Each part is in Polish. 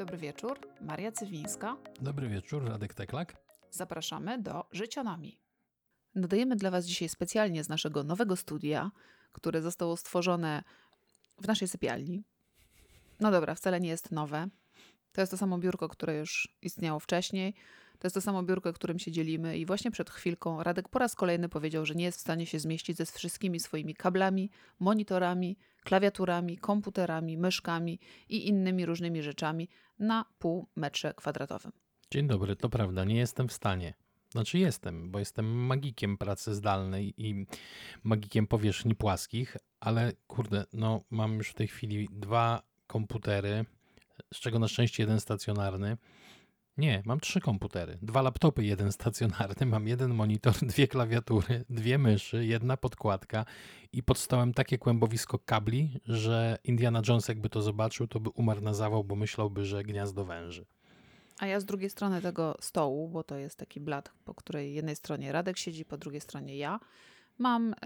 dobry wieczór. Maria Cywińska. Dobry wieczór, Radek Teklak. Zapraszamy do Życionami. Nadajemy dla Was dzisiaj specjalnie z naszego nowego studia, które zostało stworzone w naszej sypialni. No dobra, wcale nie jest nowe. To jest to samo biurko, które już istniało wcześniej. To jest to samo biurko, którym się dzielimy i właśnie przed chwilką Radek po raz kolejny powiedział, że nie jest w stanie się zmieścić ze wszystkimi swoimi kablami, monitorami, klawiaturami, komputerami, myszkami i innymi różnymi rzeczami na pół metrze kwadratowym. Dzień dobry, to prawda, nie jestem w stanie. Znaczy jestem, bo jestem magikiem pracy zdalnej i magikiem powierzchni płaskich, ale kurde, no mam już w tej chwili 2 komputery, z czego na szczęście jeden stacjonarny. Nie, mam 3 komputery, 2 laptopy, jeden stacjonarny, mam 1 monitor, 2 klawiatury, 2 myszy, 1 podkładka i pod stołem takie kłębowisko kabli, że Indiana Jones jakby to zobaczył, to by umarł na zawał, bo myślałby, że gniazdo węży. A ja z drugiej strony tego stołu, bo to jest taki blat, po której jednej stronie Radek siedzi, po drugiej stronie ja, mam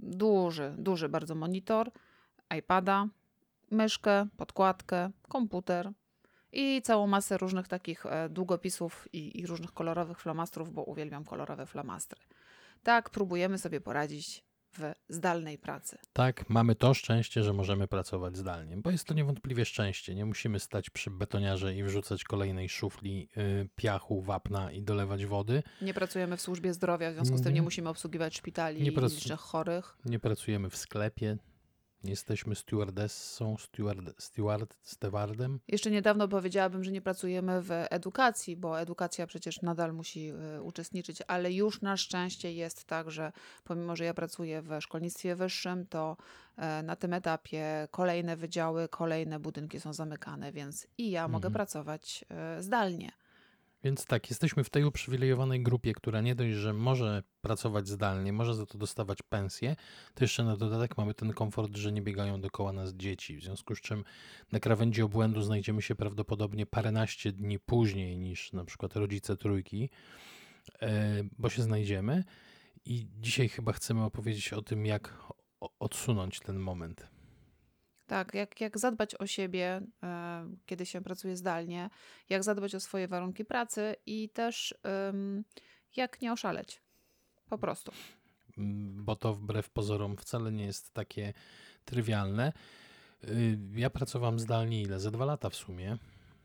duży bardzo monitor, iPada, myszkę, podkładkę, komputer i całą masę różnych takich długopisów i różnych kolorowych flamastrów, bo uwielbiam kolorowe flamastry. Tak próbujemy sobie poradzić w zdalnej pracy. Tak, mamy to szczęście, że możemy pracować zdalnie, bo jest to niewątpliwie szczęście. Nie musimy stać przy betoniarze i wrzucać kolejnej szufli piachu, wapna i dolewać wody. Nie pracujemy w służbie zdrowia, w związku z tym nie musimy obsługiwać szpitali i licznych chorych. Nie pracujemy w sklepie. Nie jesteśmy stewardessą, stewardem. Jeszcze niedawno powiedziałabym, że nie pracujemy w edukacji, bo edukacja przecież nadal musi uczestniczyć, ale już na szczęście jest tak, że pomimo, że ja pracuję w szkolnictwie wyższym, to na tym etapie kolejne wydziały, kolejne budynki są zamykane, więc i ja mogę pracować zdalnie. Więc tak, jesteśmy w tej uprzywilejowanej grupie, która nie dość, że może pracować zdalnie, może za to dostawać pensję, to jeszcze na dodatek mamy ten komfort, że nie biegają dookoła nas dzieci, w związku z czym na krawędzi obłędu znajdziemy się prawdopodobnie paręnaście dni później niż na przykład rodzice trójki, bo się znajdziemy i dzisiaj chyba chcemy opowiedzieć o tym, jak odsunąć ten moment. Tak, jak zadbać o siebie, kiedy się pracuje zdalnie, jak zadbać o swoje warunki pracy i też jak nie oszaleć. Po prostu. Bo to wbrew pozorom wcale nie jest takie trywialne. Ja pracowałem zdalnie ile? Ze 2 lata w sumie.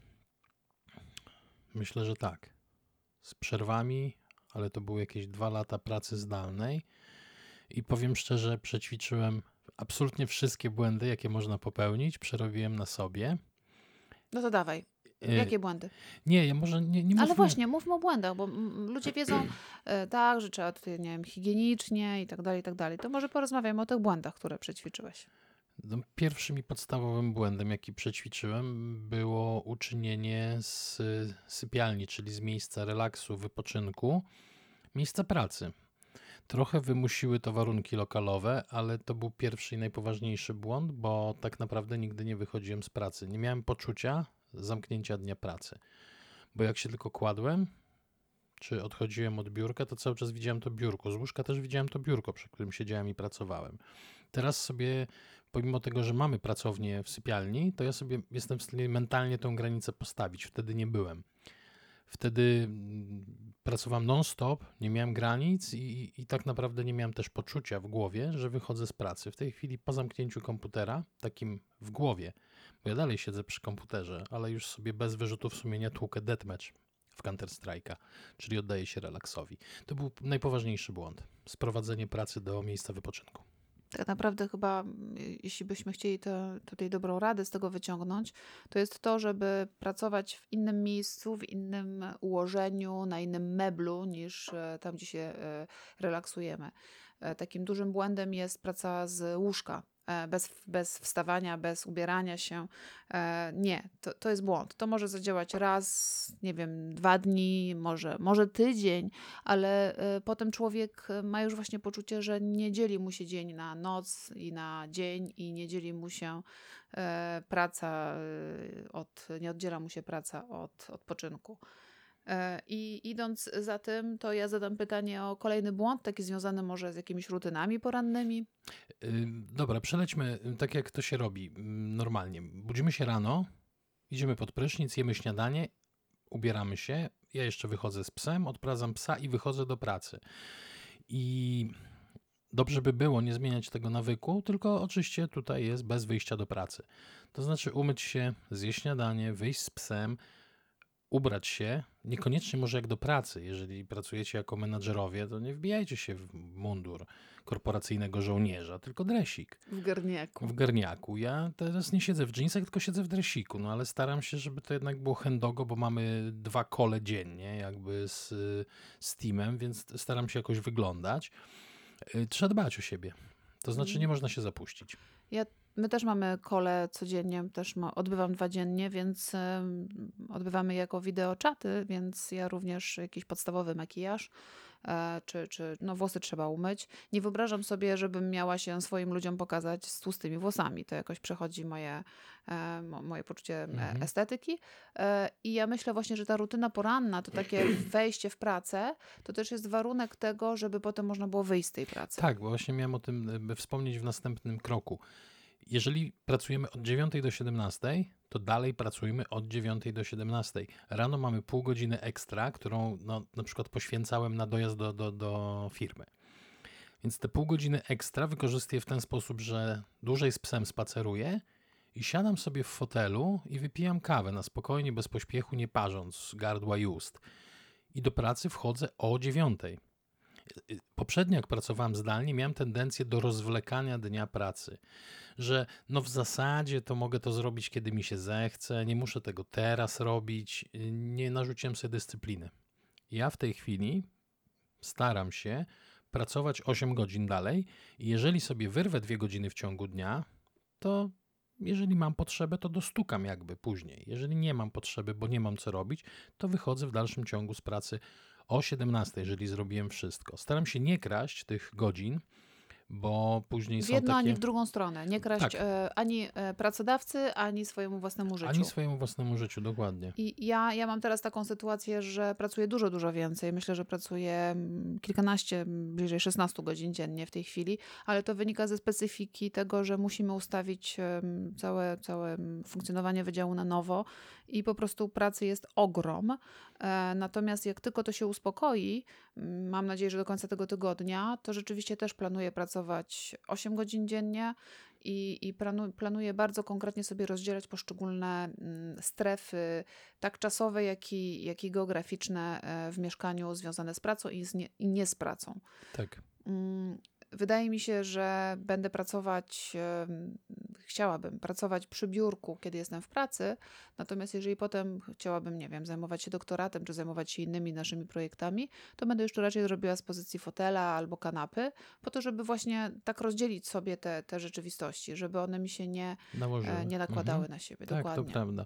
Myślę, że tak. Z przerwami, ale to były jakieś 2 lata pracy zdalnej i powiem szczerze, przećwiczyłem absolutnie wszystkie błędy, jakie można popełnić, przerobiłem na sobie. No to dawaj. Jakie błędy? Nie, ja może nie mówmy. Ale właśnie, mówmy o błędach, bo ludzie wiedzą tak, że trzeba tutaj, nie wiem, higienicznie i tak dalej, i tak dalej. To może porozmawiamy o tych błędach, które przećwiczyłeś. No, pierwszym i podstawowym błędem, jaki przećwiczyłem, było uczynienie z sypialni, czyli z miejsca relaksu, wypoczynku, miejsca pracy. Trochę wymusiły to warunki lokalowe, ale to był pierwszy i najpoważniejszy błąd, bo tak naprawdę nigdy nie wychodziłem z pracy. Nie miałem poczucia zamknięcia dnia pracy, bo jak się tylko kładłem, czy odchodziłem od biurka, to cały czas widziałem to biurko. Z łóżka też widziałem to biurko, przy którym siedziałem i pracowałem. Teraz sobie, pomimo tego, że mamy pracownię w sypialni, to ja sobie jestem w stanie mentalnie tą granicę postawić. Wtedy nie byłem. Wtedy pracowałem non-stop, nie miałem granic i tak naprawdę nie miałem też poczucia w głowie, że wychodzę z pracy. W tej chwili po zamknięciu komputera, takim w głowie, bo ja dalej siedzę przy komputerze, ale już sobie bez wyrzutów sumienia tłukę deathmatch w Counter-Strike'a, czyli oddaję się relaksowi. To był najpoważniejszy błąd. Sprowadzenie pracy do miejsca wypoczynku. Tak naprawdę chyba, jeśli byśmy chcieli tutaj dobrą radę z tego wyciągnąć, to jest to, żeby pracować w innym miejscu, w innym ułożeniu, na innym meblu niż tam, gdzie się relaksujemy. Takim dużym błędem jest praca z łóżka. Bez wstawania, bez ubierania się. Nie, to jest błąd. To może zadziałać raz, nie wiem, 2 dni, może tydzień, ale potem człowiek ma już właśnie poczucie, że nie dzieli mu się dzień na noc i na dzień i nie dzieli mu się praca nie oddziela mu się praca od odpoczynku. I idąc za tym, to ja zadam pytanie o kolejny błąd, taki związany może z jakimiś rutynami porannymi. Dobra, przelećmy tak, jak to się robi normalnie. Budzimy się rano Idziemy pod prysznic, jemy śniadanie, ubieramy się, ja jeszcze wychodzę z psem, odprowadzam psa i wychodzę do pracy. I dobrze by było nie zmieniać tego nawyku, tylko oczywiście tutaj jest bez wyjścia do pracy. To znaczy umyć się, zjeść śniadanie, wyjść z psem, ubrać się, niekoniecznie może jak do pracy. Jeżeli pracujecie jako menadżerowie, to nie wbijajcie się w mundur korporacyjnego żołnierza, tylko dresik. W garniaku. W garniaku. Ja teraz nie siedzę w dżinsach, tylko siedzę w dresiku, no ale staram się, żeby to jednak było handogo, bo mamy 2 kole dziennie jakby z teamem, więc staram się jakoś wyglądać. Trzeba dbać o siebie. To znaczy nie można się zapuścić. My też mamy kole codziennie, też odbywam 2 dziennie, więc odbywamy jako wideoczaty, więc ja również jakiś podstawowy makijaż, czy no włosy trzeba umyć. Nie wyobrażam sobie, żebym miała się swoim ludziom pokazać z tłustymi włosami. To jakoś przechodzi moje poczucie estetyki. I ja myślę właśnie, że ta rutyna poranna, to takie wejście w pracę, to też jest warunek tego, żeby potem można było wyjść z tej pracy. Tak, bo właśnie miałem o tym wspomnieć w następnym kroku. Jeżeli pracujemy od 9 do 17, to dalej pracujemy od 9 do 17. Rano mamy pół godziny ekstra, którą na przykład poświęcałem na dojazd do firmy. Więc te pół godziny ekstra wykorzystuję w ten sposób, że dłużej z psem spaceruję i siadam sobie w fotelu i wypijam kawę na spokojnie, bez pośpiechu, nie parząc gardła i ust. I do pracy wchodzę o 9. Poprzednio, jak pracowałem zdalnie, miałem tendencję do rozwlekania dnia pracy, że w zasadzie to mogę to zrobić, kiedy mi się zechce, nie muszę tego teraz robić, nie narzuciłem sobie dyscypliny. Ja w tej chwili staram się pracować 8 godzin dalej i jeżeli sobie wyrwę 2 godziny w ciągu dnia, to jeżeli mam potrzebę, to dostukam jakby później. Jeżeli nie mam potrzeby, bo nie mam co robić, to wychodzę w dalszym ciągu z pracy o 17, jeżeli zrobiłem wszystko. Staram się nie kraść tych godzin, bo później W są jedną, takie... ani w drugą stronę. Nie kraść Tak. ani pracodawcy, ani swojemu własnemu życiu. Ani swojemu własnemu życiu, dokładnie. I ja mam teraz taką sytuację, że pracuję dużo więcej. Myślę, że pracuję kilkanaście, bliżej 16 godzin dziennie w tej chwili, ale to wynika ze specyfiki tego, że musimy ustawić całe funkcjonowanie wydziału na nowo i po prostu pracy jest ogrom. Natomiast jak tylko to się uspokoi, mam nadzieję, że do końca tego tygodnia, to rzeczywiście też planuję pracować 8 godzin dziennie i planuję bardzo konkretnie sobie rozdzielać poszczególne strefy, tak czasowe, jak i geograficzne w mieszkaniu związane z pracą i nie z pracą. Tak. Wydaje mi się, że będę chciałabym pracować przy biurku, kiedy jestem w pracy, natomiast jeżeli potem chciałabym, nie wiem, zajmować się doktoratem, czy zajmować się innymi naszymi projektami, to będę już to raczej robiła z pozycji fotela albo kanapy, po to, żeby właśnie tak rozdzielić sobie te rzeczywistości, żeby one mi się nie nakładały na siebie. Tak, Dokładnie. to prawda.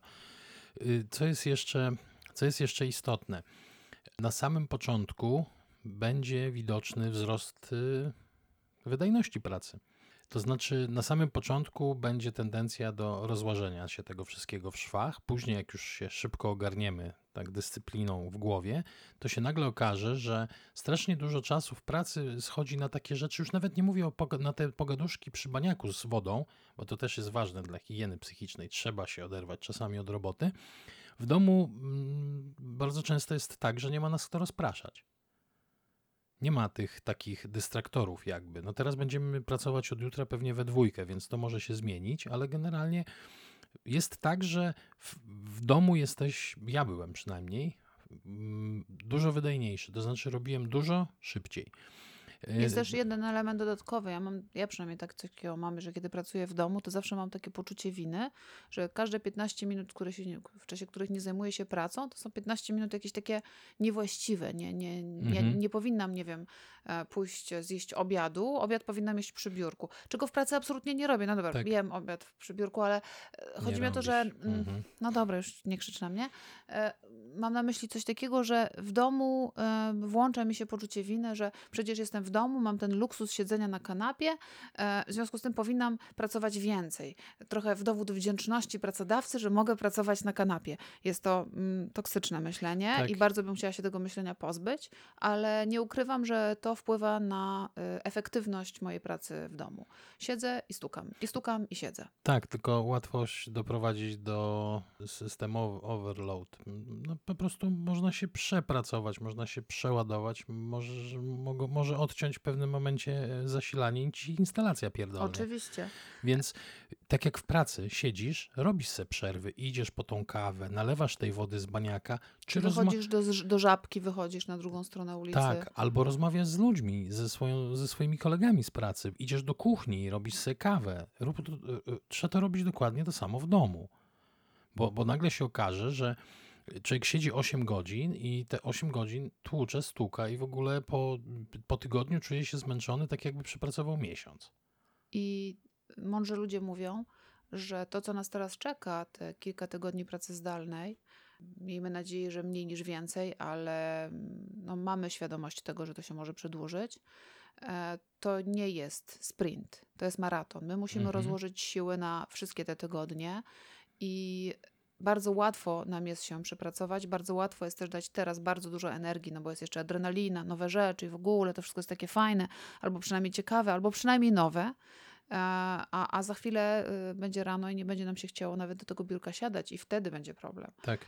Co jest jeszcze istotne? Na samym początku będzie widoczny wzrost wydajności pracy. To znaczy na samym początku będzie tendencja do rozłażenia się tego wszystkiego w szwach. Później jak już się szybko ogarniemy tak dyscypliną w głowie, to się nagle okaże, że strasznie dużo czasu w pracy schodzi na takie rzeczy. Już nawet nie mówię na te pogaduszki przy baniaku z wodą, bo to też jest ważne dla higieny psychicznej. Trzeba się oderwać czasami od roboty. W domu bardzo często jest tak, że nie ma nas kto rozpraszać. Nie ma tych takich dystraktorów jakby. No teraz będziemy pracować od jutra pewnie we dwójkę, więc to może się zmienić, ale generalnie jest tak, że w domu ja byłem przynajmniej, dużo wydajniejszy. To znaczy robiłem dużo szybciej. Jest też jeden element dodatkowy. Ja przynajmniej tak coś takiego mam, że kiedy pracuję w domu, to zawsze mam takie poczucie winy, że każde 15 minut, w czasie których nie zajmuję się pracą, to są 15 minut jakieś takie niewłaściwe. Nie powinnam, nie wiem, pójść zjeść obiadu. Obiad powinnam jeść przy biurku. Czego w pracy absolutnie nie robię. No dobra, Tak. jem obiad przy biurku, ale chodzi mi o to, że no dobra, już nie krzycz na mnie. Mam na myśli coś takiego, że w domu włącza mi się poczucie winy, że przecież jestem w domu, mam ten luksus siedzenia na kanapie, w związku z tym powinnam pracować więcej. Trochę w dowód wdzięczności pracodawcy, że mogę pracować na kanapie. Jest to toksyczne myślenie Tak. i bardzo bym chciała się tego myślenia pozbyć, ale nie ukrywam, że to wpływa na efektywność mojej pracy w domu. Siedzę i stukam, i stukam i siedzę. Tak, tylko łatwość doprowadzić do systemu overload. No, po prostu można się przepracować, można się przeładować, może odciąć w pewnym momencie zasilanie i ci instalacja pierdolnie. Oczywiście. Więc tak jak w pracy siedzisz, robisz se przerwy, idziesz po tą kawę, nalewasz tej wody z baniaka, czy Wychodzisz do Żabki, wychodzisz na drugą stronę ulicy. tak, albo rozmawiasz z ludźmi, ze swoimi kolegami z pracy, idziesz do kuchni, robisz sobie kawę. Trzeba to robić dokładnie to samo w domu. Bo nagle się okaże, że człowiek siedzi 8 godzin i te 8 godzin tłucze, stuka i w ogóle po tygodniu czuje się zmęczony, tak jakby przepracował miesiąc. I mądrzy ludzie mówią, że to, co nas teraz czeka, te kilka tygodni pracy zdalnej, miejmy nadzieję, że mniej niż więcej, ale no, mamy świadomość tego, że to się może przedłużyć, to nie jest sprint, to jest maraton. My musimy rozłożyć siły na wszystkie te tygodnie i bardzo łatwo nam jest się przepracować, bardzo łatwo jest też dać teraz bardzo dużo energii, no bo jest jeszcze adrenalina, nowe rzeczy i w ogóle to wszystko jest takie fajne, albo przynajmniej ciekawe, albo przynajmniej nowe. A za chwilę będzie rano i nie będzie nam się chciało nawet do tego biurka siadać i wtedy będzie problem. Tak.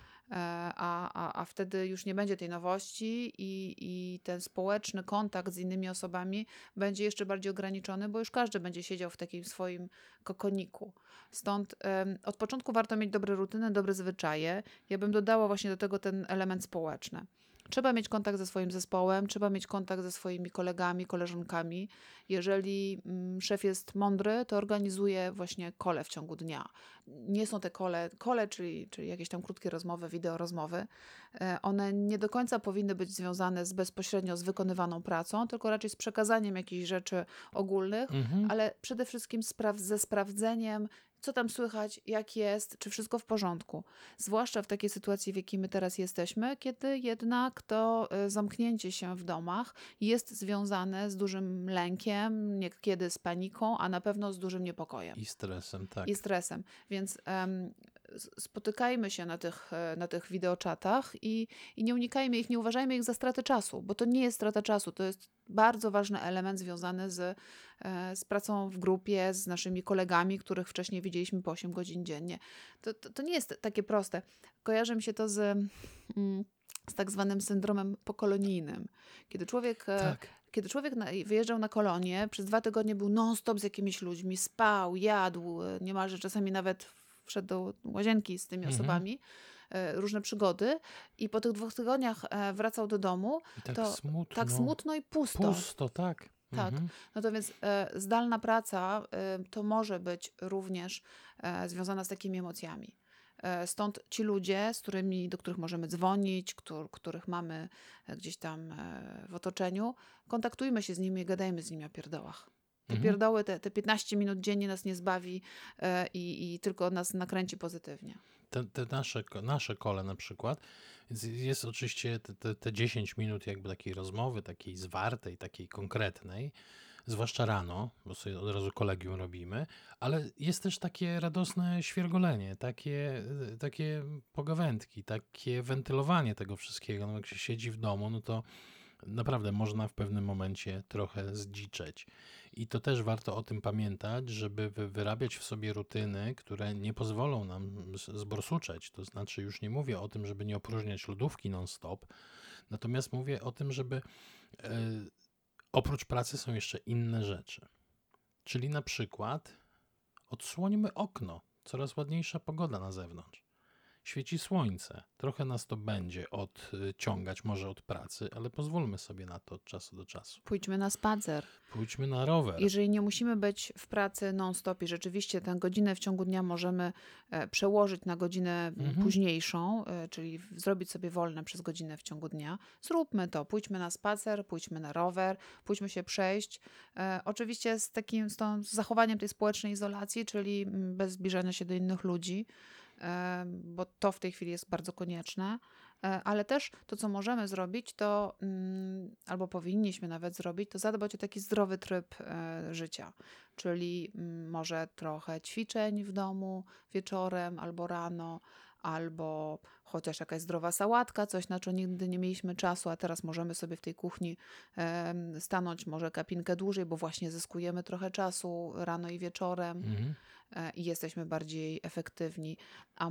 A wtedy już nie będzie tej nowości i ten społeczny kontakt z innymi osobami będzie jeszcze bardziej ograniczony, bo już każdy będzie siedział w takim swoim kokoniku. Stąd od początku warto mieć dobre rutyny, dobre zwyczaje. Ja bym dodała właśnie do tego ten element społeczny. Trzeba mieć kontakt ze swoim zespołem, trzeba mieć kontakt ze swoimi kolegami, koleżankami. Jeżeli szef jest mądry, to organizuje właśnie kole w ciągu dnia. Nie są te kole, czyli jakieś tam krótkie rozmowy, wideo rozmowy. One nie do końca powinny być związane bezpośrednio z wykonywaną pracą, tylko raczej z przekazaniem jakichś rzeczy ogólnych, ale przede wszystkim ze sprawdzeniem, co tam słychać, jak jest, czy wszystko w porządku. Zwłaszcza w takiej sytuacji, w jakiej my teraz jesteśmy, kiedy jednak to zamknięcie się w domach jest związane z dużym lękiem, niekiedy z paniką, a na pewno z dużym niepokojem. I stresem, tak. I stresem. Więc spotykajmy się na tych wideoczatach i nie unikajmy ich, nie uważajmy ich za stratę czasu, bo to nie jest strata czasu, to jest bardzo ważny element związany z pracą w grupie, z naszymi kolegami, których wcześniej widzieliśmy po 8 godzin dziennie. To nie jest takie proste. Kojarzy mi się to z tak zwanym syndromem pokolonijnym. Kiedy człowiek wyjeżdżał na kolonię, przez 2 tygodnie był non-stop z jakimiś ludźmi, spał, jadł, niemalże czasami nawet wszedł do łazienki z tymi osobami, różne przygody i po tych 2 tygodniach wracał do domu, I tak smutno i pusto. Pusto, tak. Tak, no to więc zdalna praca to może być również związana z takimi emocjami. Stąd ci ludzie, do których możemy dzwonić, których mamy gdzieś tam w otoczeniu, kontaktujmy się z nimi i gadajmy z nimi o pierdołach. Te pierdoły, te 15 minut dziennie nas nie zbawi i tylko nas nakręci pozytywnie. Te nasze kole na przykład, jest oczywiście te 10 minut jakby takiej rozmowy, takiej zwartej, takiej konkretnej, zwłaszcza rano, bo sobie od razu kolegium robimy, ale jest też takie radosne świergolenie, takie pogawędki, takie wentylowanie tego wszystkiego. No jak się siedzi w domu, no to naprawdę można w pewnym momencie trochę zdziczeć. I to też warto o tym pamiętać, żeby wyrabiać w sobie rutyny, które nie pozwolą nam zborsuczeć. To znaczy już nie mówię o tym, żeby nie opróżniać lodówki non-stop, natomiast mówię o tym, żeby oprócz pracy są jeszcze inne rzeczy. Czyli na przykład odsłońmy okno, coraz ładniejsza pogoda na zewnątrz. Świeci słońce, trochę nas to będzie odciągać może od pracy, ale pozwólmy sobie na to od czasu do czasu. Pójdźmy na spacer. Pójdźmy na rower. Jeżeli nie musimy być w pracy non-stop i rzeczywiście tę godzinę w ciągu dnia możemy przełożyć na godzinę późniejszą, czyli zrobić sobie wolne przez godzinę w ciągu dnia, zróbmy to. Pójdźmy na spacer, pójdźmy na rower, pójdźmy się przejść. Oczywiście z zachowaniem tej społecznej izolacji, czyli bez zbliżania się do innych ludzi, bo to w tej chwili jest bardzo konieczne, Ale też to, co możemy zrobić, to albo powinniśmy nawet zrobić, to zadbać o taki zdrowy tryb życia. Czyli może trochę ćwiczeń w domu wieczorem albo rano, albo chociaż jakaś zdrowa sałatka, coś na co nigdy nie mieliśmy czasu, a teraz możemy sobie w tej kuchni stanąć może kapinkę dłużej, bo właśnie zyskujemy trochę czasu rano i wieczorem Mhm. i jesteśmy bardziej efektywni. A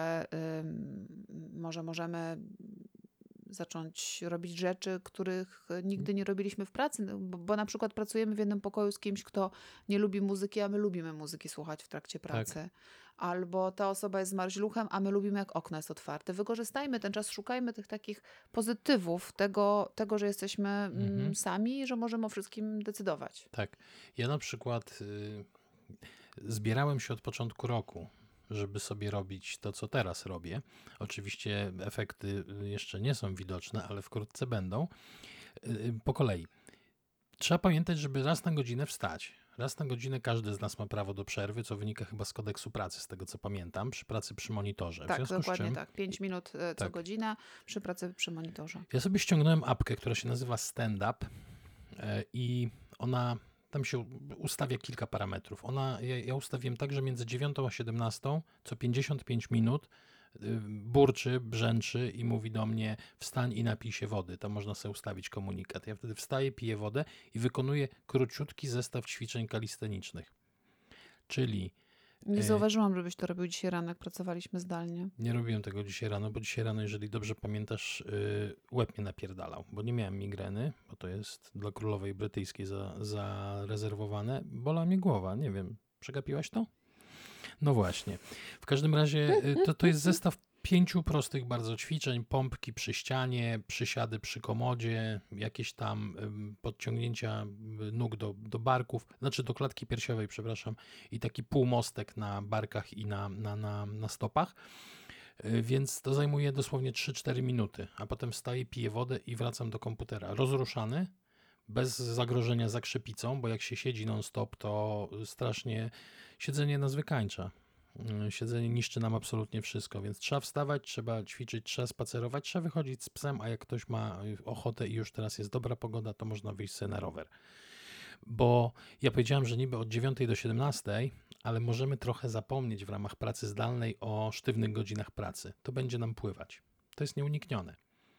może możemy zacząć robić rzeczy, których nigdy nie robiliśmy w pracy, no, bo na przykład pracujemy w jednym pokoju z kimś, kto nie lubi muzyki, a my lubimy muzyki słuchać w trakcie Tak. pracy. Albo ta osoba jest zmarzluchem, a my lubimy, jak okno jest otwarte. Wykorzystajmy ten czas, szukajmy tych takich pozytywów tego, że jesteśmy sami i że możemy o wszystkim decydować. Tak. Ja na przykład zbierałem się od początku roku, żeby sobie robić to, co teraz robię. Oczywiście efekty jeszcze nie są widoczne, ale wkrótce będą. Po kolei. Trzeba pamiętać, żeby raz na godzinę wstać. Raz na godzinę każdy z nas ma prawo do przerwy, co wynika chyba z kodeksu pracy, z tego co pamiętam, przy pracy przy monitorze. W Tak, związku z dokładnie czym tak. 5 minut co tak. godzinę przy pracy przy monitorze. Ja sobie ściągnąłem apkę, która się nazywa Stand Up i ona tam się ustawia kilka parametrów. Ja ustawiłem tak, że między 9 a 17 co 55 minut burczy, brzęczy i mówi do mnie: wstań i napij się wody. Tam można sobie ustawić komunikat. Ja wtedy wstaję, piję wodę i wykonuję króciutki zestaw ćwiczeń kalistenicznych. Czyli Nie zauważyłam, żebyś to robił dzisiaj rano, jak pracowaliśmy zdalnie. nie robiłem tego dzisiaj rano, bo dzisiaj rano, jeżeli dobrze pamiętasz, łeb mnie napierdalał, bo nie miałem migreny, bo to jest dla królowej brytyjskiej zarezerwowane. Bolała mnie głowa, nie wiem, przegapiłaś to? No właśnie. W każdym razie to jest zestaw 5 prostych bardzo ćwiczeń, pompki przy ścianie, przysiady przy komodzie, jakieś tam podciągnięcia nóg do barków, znaczy do klatki piersiowej, przepraszam, i taki półmostek na barkach i na stopach. Więc to zajmuje dosłownie 3-4 minuty, a potem wstaję, piję wodę i wracam do komputera. Rozruszany, bez zagrożenia zakrzepicą, bo jak się siedzi non-stop, to strasznie siedzenie nas wykańcza. Siedzenie niszczy nam absolutnie wszystko, więc trzeba wstawać, trzeba ćwiczyć, trzeba spacerować, trzeba wychodzić z psem, a jak ktoś ma ochotę i już teraz jest dobra pogoda, to można wyjść sobie na rower. Bo ja powiedziałem, że niby od 9 do 17, ale możemy trochę zapomnieć w ramach pracy zdalnej o sztywnych godzinach pracy. To będzie nam pływać. To jest nieuniknione.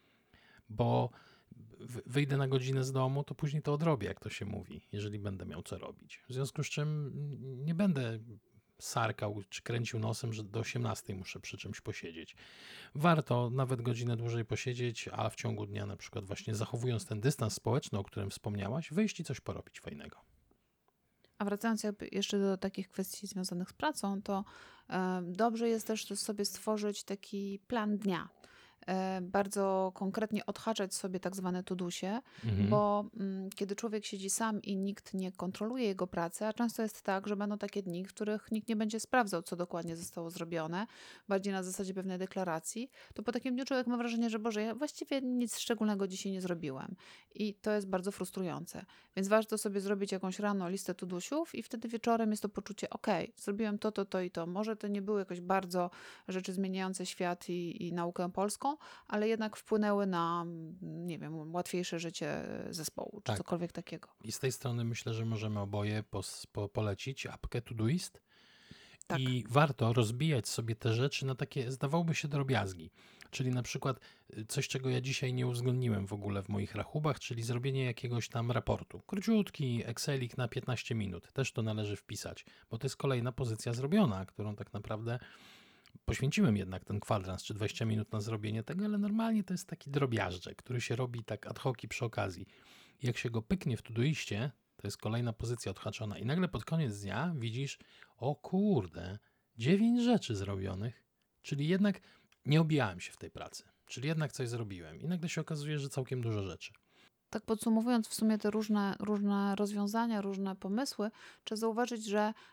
Bo wyjdę na godzinę z domu, to później to odrobię, jak to się mówi, jeżeli będę miał co robić. W związku z czym nie będę sarkał czy kręcił nosem, że do 18 muszę przy czymś posiedzieć. Warto nawet godzinę dłużej posiedzieć, a w ciągu dnia na przykład właśnie zachowując ten dystans społeczny, o którym wspomniałaś, wyjść i coś porobić fajnego. A wracając jakby jeszcze do takich kwestii związanych z pracą, to dobrze jest też sobie stworzyć taki plan dnia. Bardzo konkretnie odhaczać sobie tak zwane to-dosie, bo kiedy człowiek siedzi sam i nikt nie kontroluje jego pracy, a często jest tak, że będą takie dni, w których nikt nie będzie sprawdzał, co dokładnie zostało zrobione, bardziej na zasadzie pewnej deklaracji, to po takim dniu człowiek ma wrażenie, że Boże, ja właściwie nic szczególnego dzisiaj nie zrobiłem. I to jest bardzo frustrujące. Więc warto sobie zrobić jakąś rano listę to-dosiów i wtedy wieczorem jest to poczucie, okej, zrobiłem to i to. Może to nie były jakoś bardzo rzeczy zmieniające świat i naukę polską, ale jednak wpłynęły na, nie wiem, łatwiejsze życie zespołu, czy Tak. cokolwiek takiego. I z tej strony myślę, że możemy oboje polecić apkę Todoist. Tak. I warto rozbijać sobie te rzeczy na takie, zdawałoby się, drobiazgi. Czyli na przykład coś, czego ja dzisiaj nie uwzględniłem w ogóle w moich rachubach, czyli zrobienie jakiegoś tam raportu. Króciutki Excelik na 15 minut. Też to należy wpisać, bo to jest kolejna pozycja zrobiona, którą tak naprawdę poświęciłem jednak ten kwadrans, czy 20 minut na zrobienie tego, ale normalnie to jest taki drobiażdżek, który się robi tak ad hoc i przy okazji. Jak się go pyknie w Todoistie, to jest kolejna pozycja odhaczona i nagle pod koniec dnia widzisz, o kurde, 9 rzeczy zrobionych, czyli jednak nie obijałem się w tej pracy, czyli jednak coś zrobiłem i nagle się okazuje, że całkiem dużo rzeczy. Tak podsumowując w sumie te różne rozwiązania, różne pomysły, trzeba zauważyć, że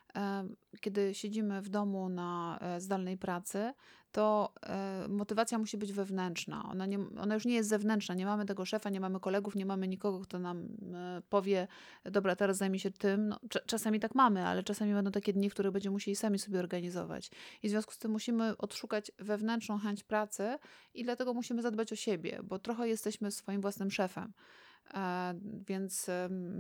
Kiedy siedzimy w domu na zdalnej pracy, to motywacja musi być wewnętrzna. Ona już nie jest zewnętrzna. Nie mamy tego szefa, nie mamy kolegów, nie mamy nikogo, kto nam powie, dobra, teraz zajmij się tym. No, czasami tak mamy, ale czasami będą takie dni, w których będziemy musieli sami sobie organizować. I w związku z tym musimy odszukać wewnętrzną chęć pracy i dlatego musimy zadbać o siebie, bo trochę jesteśmy swoim własnym szefem. Więc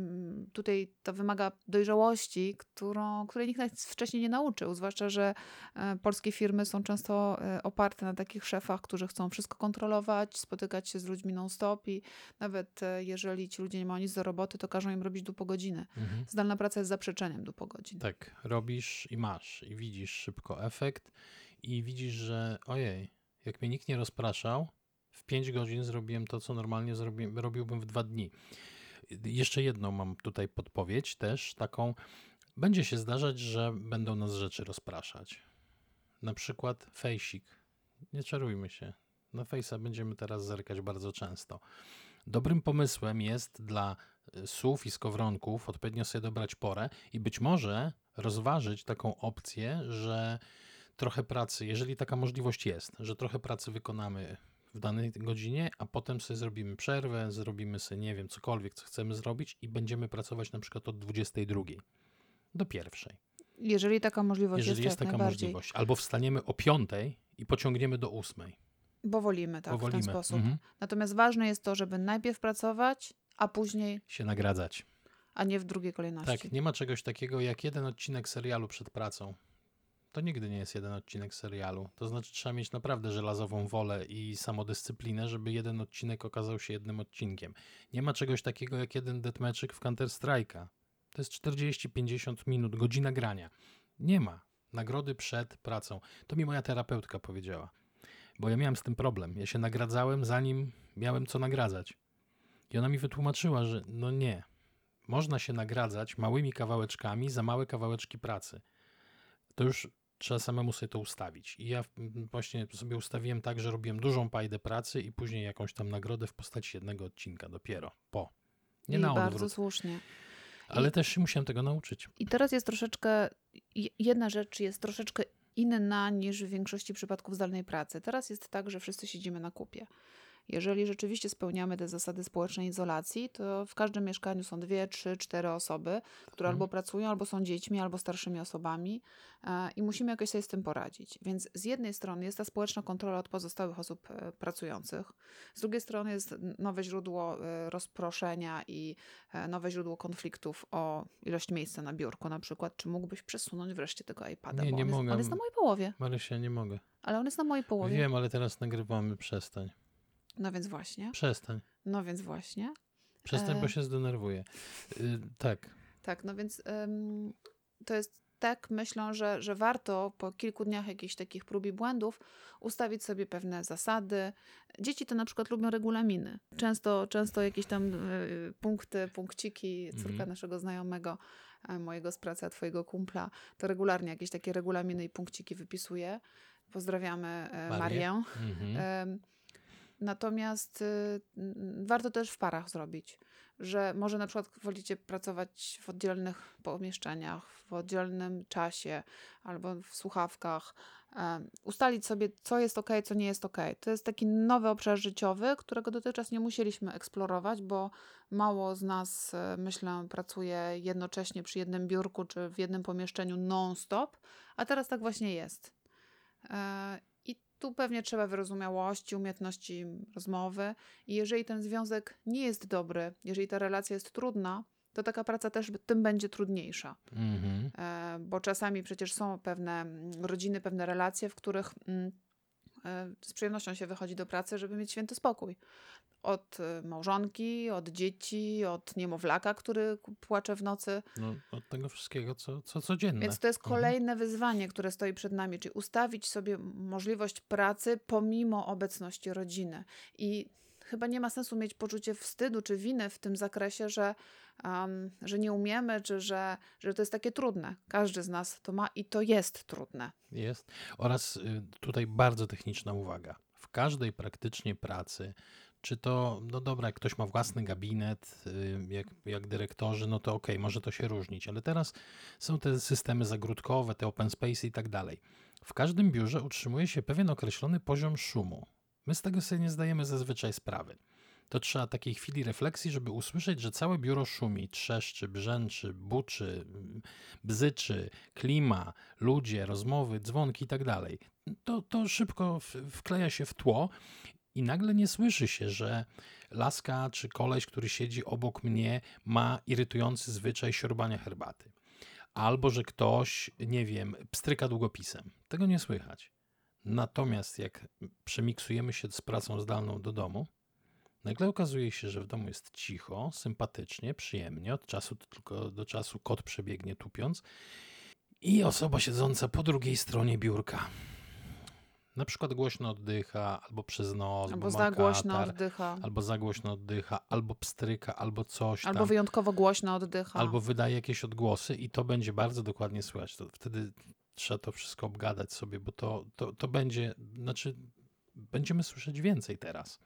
tutaj to wymaga dojrzałości, której nikt nas wcześniej nie nauczył. Zwłaszcza, że polskie firmy są często oparte na takich szefach, którzy chcą wszystko kontrolować, spotykać się z ludźmi non-stop i nawet jeżeli ci ludzie nie mają nic do roboty, to każą im robić po godziny. Zdalna praca jest zaprzeczeniem po godzin. Tak, robisz i masz i widzisz szybko efekt i widzisz, że ojej, jak mnie nikt nie rozpraszał, w 5 godzin zrobiłem to, co normalnie robiłbym w 2 dni. Jeszcze jedną mam tutaj podpowiedź też taką. Będzie się zdarzać, że będą nas rzeczy rozpraszać. Na przykład fejsik. Nie czarujmy się. Na fejsa będziemy teraz zerkać bardzo często. Dobrym pomysłem jest dla słów i skowronków odpowiednio sobie dobrać porę i być może rozważyć taką opcję, że trochę pracy, jeżeli taka możliwość jest, że trochę pracy wykonamy w danej godzinie, a potem sobie zrobimy przerwę, zrobimy sobie, nie wiem, cokolwiek, co chcemy zrobić i będziemy pracować na przykład od 22 do 1. Jeżeli taka możliwość Jeżeli jest jak taka najbardziej. możliwość. Albo wstaniemy o 5 i pociągniemy do 8. Bo wolimy, tak, w ten sposób. Mhm. Natomiast ważne jest to, żeby najpierw pracować, a później, Się nagradzać. a nie w drugiej kolejności. Tak, nie ma czegoś takiego jak jeden odcinek serialu przed pracą. To nigdy nie jest jeden odcinek serialu. To znaczy trzeba mieć naprawdę żelazową wolę i samodyscyplinę, żeby jeden odcinek okazał się jednym odcinkiem. Nie ma czegoś takiego jak jeden deathmatchik w Counter-Strike'a. To jest 40-50 minut, godzina grania. Nie ma. Nagrody przed pracą. To mi moja terapeutka powiedziała. Bo ja miałem z tym problem. Ja się nagradzałem, zanim miałem co nagradzać. I ona mi wytłumaczyła, że no nie. Można się nagradzać małymi kawałeczkami za małe kawałeczki pracy. To już trzeba samemu sobie to ustawić. I ja właśnie sobie ustawiłem tak, że robiłem dużą pajdę pracy i później jakąś tam nagrodę w postaci jednego odcinka dopiero. Nie I na bardzo odwrót. słusznie. Ale też się musiałem tego nauczyć. I teraz jest troszeczkę, jedna rzecz jest troszeczkę inna niż w większości przypadków zdalnej pracy. Teraz jest tak, że wszyscy siedzimy na kupie. Jeżeli rzeczywiście spełniamy te zasady społecznej izolacji, to w każdym mieszkaniu są 2, 3, 4 osoby, które albo pracują, albo są dziećmi, albo starszymi osobami i musimy jakoś sobie z tym poradzić. Więc z jednej strony jest ta społeczna kontrola od pozostałych osób pracujących, z drugiej strony jest nowe źródło rozproszenia i nowe źródło konfliktów o ilość miejsca na biurku na przykład. Czy mógłbyś przesunąć wreszcie tego iPada? Nie, Bo nie on mogę. jest na mojej połowie, Marysia, nie mogę. ale on jest na mojej połowie. Wiem, ale teraz nagrywamy. Przestań. No więc właśnie. Przestań. Przestań, bo się zdenerwuję. Tak. Tak, no więc to jest tak, myślę, że warto po kilku dniach jakichś takich prób i błędów ustawić sobie pewne zasady. Dzieci to na przykład lubią regulaminy. Często jakieś tam punkciki, córka naszego znajomego, mojego z pracy, a twojego kumpla, to regularnie jakieś takie regulaminy i punkciki wypisuje. Pozdrawiamy Marię. Natomiast warto też w parach zrobić, że może na przykład wolicie pracować w oddzielnych pomieszczeniach, w oddzielnym czasie albo w słuchawkach, ustalić sobie, co jest okej, co nie jest okej. To jest taki nowy obszar życiowy, którego dotychczas nie musieliśmy eksplorować, bo mało z nas, myślę, pracuje jednocześnie przy jednym biurku czy w jednym pomieszczeniu non-stop, a teraz tak właśnie jest. Tu pewnie trzeba wyrozumiałości, umiejętności rozmowy i jeżeli ten związek nie jest dobry, jeżeli ta relacja jest trudna, to taka praca też tym będzie trudniejsza. Bo czasami przecież są pewne rodziny, pewne relacje, w których z przyjemnością się wychodzi do pracy, żeby mieć święty spokój. Od małżonki, od dzieci, od niemowlaka, który płacze w nocy. No, od tego wszystkiego, co codzienne. Więc to jest kolejne wyzwanie, które stoi przed nami, czyli ustawić sobie możliwość pracy pomimo obecności rodziny. I chyba nie ma sensu mieć poczucie wstydu czy winy w tym zakresie, że nie umiemy, czy że to jest takie trudne. Każdy z nas to ma i to jest trudne. Jest. Oraz tutaj bardzo techniczna uwaga. W każdej praktycznie pracy, Czy to, no dobra, jak ktoś ma własny gabinet, jak dyrektorzy, no to okej, może to się różnić, ale teraz są te systemy zagródkowe, te open space i tak dalej. W każdym biurze utrzymuje się pewien określony poziom szumu. My z tego sobie nie zdajemy zazwyczaj sprawy. To trzeba takiej chwili refleksji, żeby usłyszeć, że całe biuro szumi, trzeszczy, brzęczy, buczy, bzyczy, klima, ludzie, rozmowy, dzwonki i tak dalej. To szybko wkleja się w tło i nagle nie słyszy się, że laska czy koleś, który siedzi obok mnie, ma irytujący zwyczaj siorbania herbaty. Albo że ktoś, nie wiem, pstryka długopisem. Tego nie słychać. Natomiast jak przemiksujemy się z pracą zdalną do domu, nagle okazuje się, że w domu jest cicho, sympatycznie, przyjemnie, od czasu tylko do czasu kot przebiegnie tupiąc i osoba siedząca po drugiej stronie biurka na przykład głośno oddycha, albo przez nos, Albo bo za ma głośno katar, oddycha, albo za głośno oddycha, albo pstryka, albo coś albo tam, wyjątkowo głośno oddycha. albo wydaje jakieś odgłosy i to będzie bardzo dokładnie słychać. To wtedy trzeba to wszystko obgadać sobie, bo to będzie, znaczy będziemy słyszeć więcej teraz.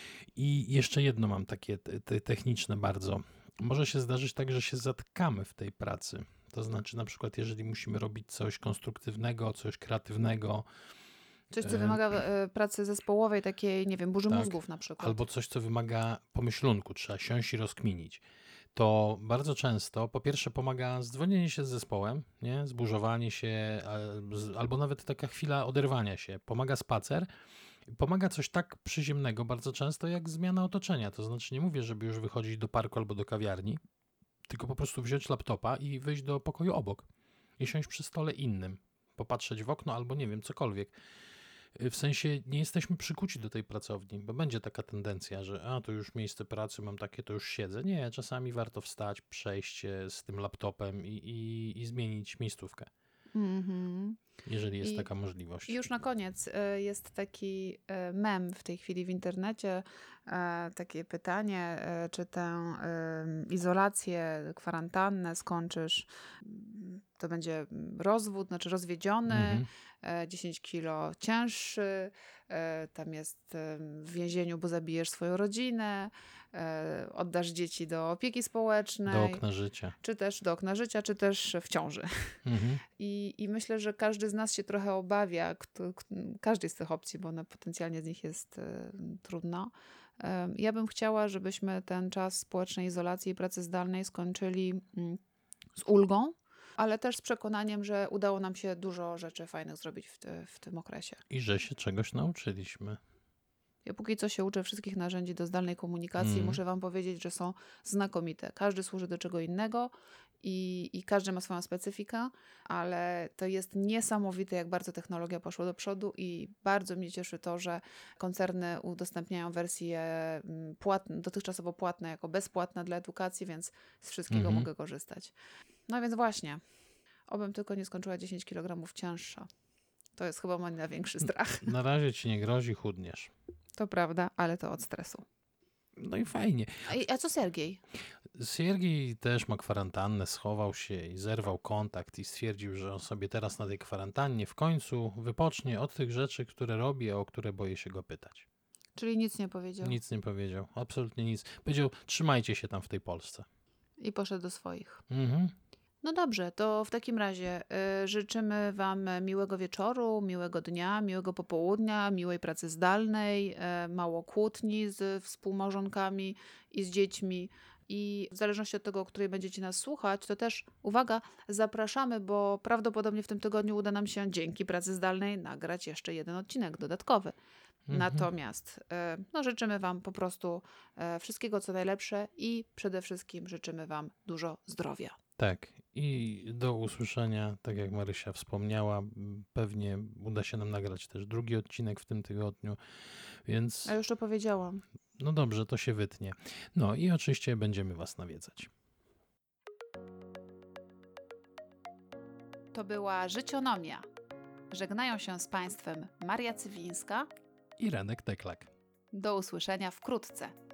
I jeszcze jedno mam takie techniczne bardzo. Może się zdarzyć tak, że się zatkamy w tej pracy. To znaczy na przykład, jeżeli musimy robić coś konstruktywnego, coś kreatywnego, Coś, co wymaga pracy zespołowej, takiej, nie wiem, burzy tak, mózgów na przykład. albo coś, co wymaga pomyślunku, trzeba siąść i rozkminić. To bardzo często, po pierwsze, pomaga zdzwonienie się z zespołem, nie? Zburzowanie się, albo nawet taka chwila oderwania się. Pomaga spacer, pomaga coś tak przyziemnego bardzo często, jak zmiana otoczenia. To znaczy, nie mówię, żeby już wychodzić do parku albo do kawiarni, tylko po prostu wziąć laptopa i wyjść do pokoju obok i siąść przy stole innym, popatrzeć w okno albo nie wiem, cokolwiek. W sensie nie jesteśmy przykuci do tej pracowni, bo będzie taka tendencja, że to już miejsce pracy mam takie, to już siedzę. Nie, czasami warto wstać, przejść się z tym laptopem i zmienić miejscówkę, Mhm. jeżeli jest I taka możliwość. I już na koniec jest taki mem w tej chwili w internecie, takie pytanie, czy tę izolację, kwarantannę skończysz, to będzie rozwód, znaczy rozwiedziony, Mhm. 10 kilo cięższy, tam jest w więzieniu, bo zabijesz swoją rodzinę, oddasz dzieci do opieki Do społecznej, okna życia. czy też do okna życia, czy też w ciąży. Mhm. I myślę, że każdy z nas się trochę obawia każdej z tych opcji, bo ona potencjalnie z nich jest trudna. Ja bym chciała, żebyśmy ten czas społecznej izolacji i pracy zdalnej skończyli z ulgą, ale też z przekonaniem, że udało nam się dużo rzeczy fajnych zrobić w tym okresie. I że się czegoś nauczyliśmy. Ja póki co się uczę wszystkich narzędzi do zdalnej komunikacji. Muszę wam powiedzieć, że są znakomite. Każdy służy do czego innego i każdy ma swoją specyfikę, ale to jest niesamowite, jak bardzo technologia poszła do przodu i bardzo mnie cieszy to, że koncerny udostępniają wersje dotychczasowo płatne jako bezpłatne dla edukacji, więc z wszystkiego mogę korzystać. No więc właśnie, obym tylko nie skończyła 10 kg cięższa. To jest chyba mój największy strach. Na razie ci nie grozi, chudniesz. To prawda, ale to od stresu. No i fajnie. A co Sergiej? Siergiej też ma kwarantannę, schował się i zerwał kontakt i stwierdził, że on sobie teraz na tej kwarantannie w końcu wypocznie od tych rzeczy, które robi, a o które boję się go pytać. Czyli nic nie powiedział. Nic nie powiedział, absolutnie nic. Powiedział, trzymajcie się tam w tej Polsce. I poszedł do swoich. Mhm. No dobrze, to w takim razie życzymy wam miłego wieczoru, miłego dnia, miłego popołudnia, miłej pracy zdalnej, mało kłótni z współmałżonkami i z dziećmi. I w zależności od tego, o której będziecie nas słuchać, to też, uwaga, zapraszamy, bo prawdopodobnie w tym tygodniu uda nam się dzięki pracy zdalnej nagrać jeszcze jeden odcinek dodatkowy. Natomiast życzymy wam po prostu wszystkiego, co najlepsze i przede wszystkim życzymy wam dużo zdrowia. Tak, i do usłyszenia, tak jak Marysia wspomniała, pewnie uda się nam nagrać też drugi odcinek w tym tygodniu, więc A już to powiedziałam. no dobrze, to się wytnie. No i oczywiście będziemy was nawiedzać. To była Życionomia. Żegnają się z państwem Maria Cywińska. I Renek Teklak. Do usłyszenia wkrótce.